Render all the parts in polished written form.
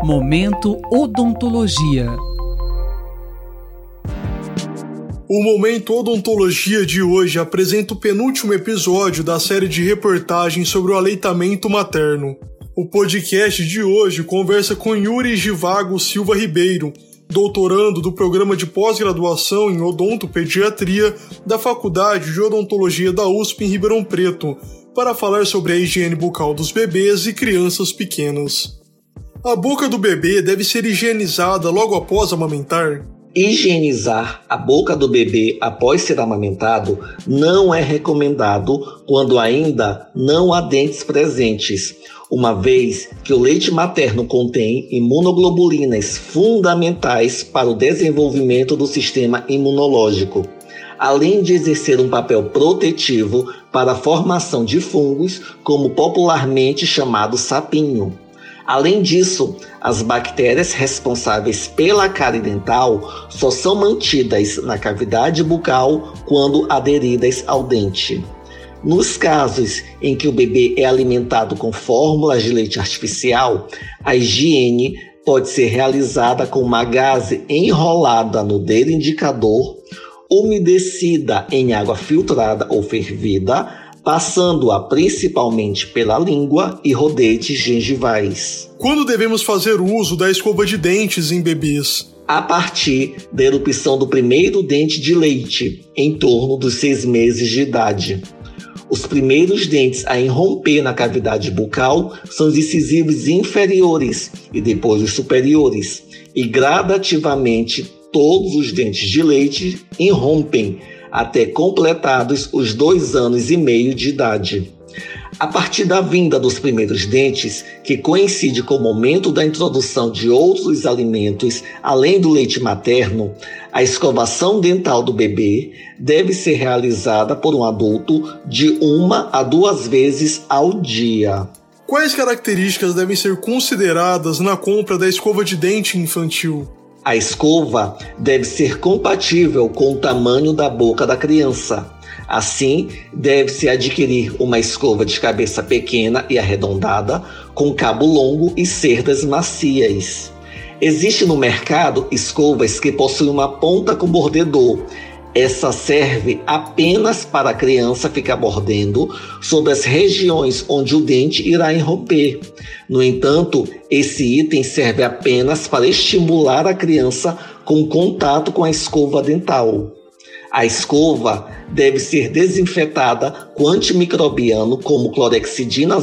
Momento Odontologia. O Momento Odontologia de hoje apresenta o penúltimo episódio da série de reportagens sobre o aleitamento materno. O podcast de hoje conversa com Yuri Givago Silva Ribeiro, doutorando do programa de pós-graduação em odontopediatria da Faculdade de Odontologia da USP em Ribeirão Preto, para falar sobre a higiene bucal dos bebês e crianças pequenas. A boca do bebê deve ser higienizada logo após amamentar? Higienizar a boca do bebê após ser amamentado não é recomendado quando ainda não há dentes presentes, uma vez que o leite materno contém imunoglobulinas fundamentais para o desenvolvimento do sistema imunológico, além de exercer um papel protetivo para a formação de fungos, como popularmente chamado sapinho. Além disso, as bactérias responsáveis pela cárie dental só são mantidas na cavidade bucal quando aderidas ao dente. Nos casos em que o bebê é alimentado com fórmulas de leite artificial, a higiene pode ser realizada com uma gaze enrolada no dedo indicador, umedecida em água filtrada ou fervida, passando-a principalmente pela língua e rodetes gengivais. Quando devemos fazer uso da escova de dentes em bebês? A partir da erupção do primeiro dente de leite, em torno dos 6 meses de idade. Os primeiros dentes a irromper na cavidade bucal são os incisivos inferiores e depois os superiores, e gradativamente todos os dentes de leite irrompem, até completados os 2 anos e meio de idade. A partir da vinda dos primeiros dentes, que coincide com o momento da introdução de outros alimentos além do leite materno, a escovação dental do bebê deve ser realizada por um adulto de 1 a 2 vezes ao dia. Quais características devem ser consideradas na compra da escova de dente infantil? A escova deve ser compatível com o tamanho da boca da criança. Assim, deve-se adquirir uma escova de cabeça pequena e arredondada, com cabo longo e cerdas macias. Existe no mercado escovas que possuem uma ponta com mordedor. Essa serve apenas para a criança ficar mordendo sobre as regiões onde o dente irá irromper. No entanto, esse item serve apenas para estimular a criança com contato com a escova dental. A escova deve ser desinfetada com antimicrobiano como clorexidina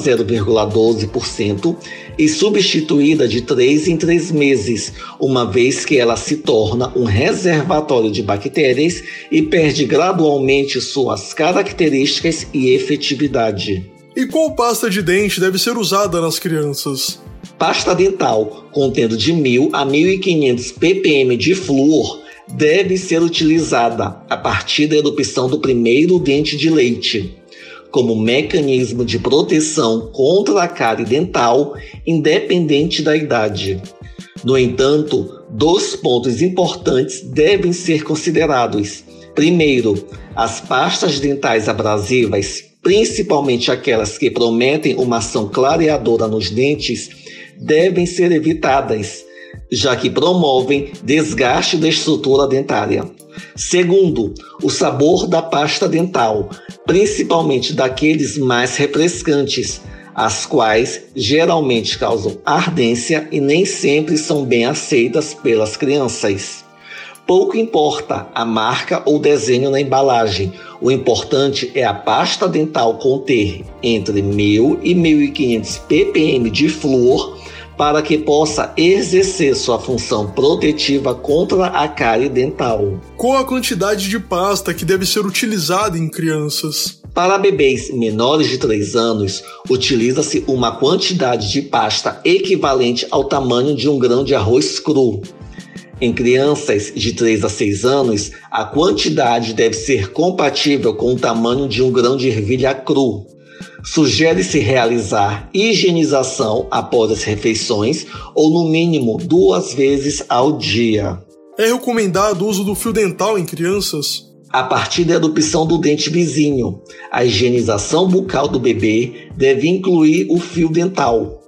0,12% e substituída de 3 em 3 meses, uma vez que ela se torna um reservatório de bactérias e perde gradualmente suas características e efetividade. E qual pasta de dente deve ser usada nas crianças? Pasta dental contendo de 1.000 a 1.500 ppm de flúor deve ser utilizada a partir da erupção do primeiro dente de leite, como mecanismo de proteção contra a cárie dental, independente da idade. No entanto, 2 pontos importantes devem ser considerados. Primeiro, as pastas dentais abrasivas, principalmente aquelas que prometem uma ação clareadora nos dentes, devem ser evitadas, já que promovem desgaste da estrutura dentária. Segundo, o sabor da pasta dental, principalmente daqueles mais refrescantes, as quais geralmente causam ardência e nem sempre são bem aceitas pelas crianças. Pouco importa a marca ou desenho na embalagem, o importante é a pasta dental conter entre 1.000 e 1.500 ppm de flúor para que possa exercer sua função protetiva contra a cárie dental. Qual a quantidade de pasta que deve ser utilizada em crianças? Para bebês menores de 3 anos, utiliza-se uma quantidade de pasta equivalente ao tamanho de um grão de arroz cru. Em crianças de 3 a 6 anos, a quantidade deve ser compatível com o tamanho de um grão de ervilha cru. Sugere-se realizar higienização após as refeições ou no mínimo 2 vezes ao dia. É recomendado o uso do fio dental em crianças? A partir da erupção do dente vizinho, a higienização bucal do bebê deve incluir o fio dental.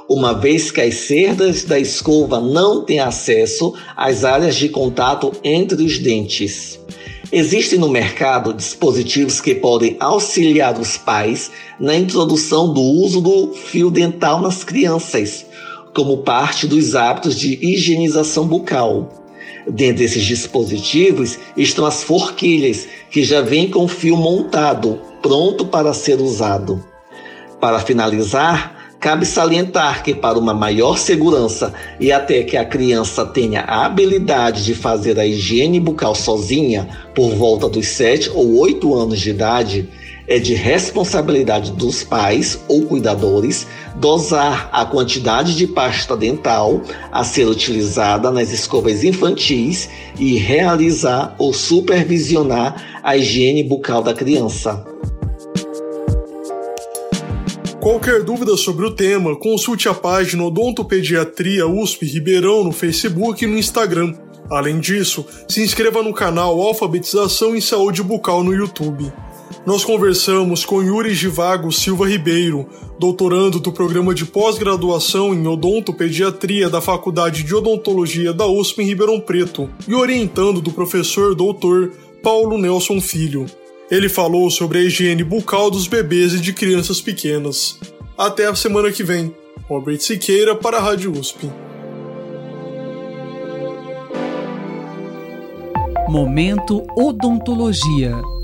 uma vez que as cerdas da escova não têm acesso às áreas de contato entre os dentes. Existem no mercado dispositivos que podem auxiliar os pais na introdução do uso do fio dental nas crianças, como parte dos hábitos de higienização bucal. Dentre esses dispositivos estão as forquilhas, que já vêm com o fio montado, pronto para ser usado. Para finalizar, cabe salientar que para uma maior segurança e até que a criança tenha a habilidade de fazer a higiene bucal sozinha por volta dos 7 ou 8 anos de idade, é de responsabilidade dos pais ou cuidadores dosar a quantidade de pasta dental a ser utilizada nas escovas infantis e realizar ou supervisionar a higiene bucal da criança. Qualquer dúvida sobre o tema, consulte a página Odontopediatria USP Ribeirão no Facebook e no Instagram. Além disso, se inscreva no canal Alfabetização em Saúde Bucal no YouTube. Nós conversamos com Yuri Givago Silva Ribeiro, doutorando do programa de pós-graduação em odontopediatria da Faculdade de Odontologia da USP em Ribeirão Preto e orientando do professor doutor Paulo Nelson Filho. Ele falou sobre a higiene bucal dos bebês e de crianças pequenas. Até a semana que vem. Robert Siqueira para a Rádio USP. Momento Odontologia.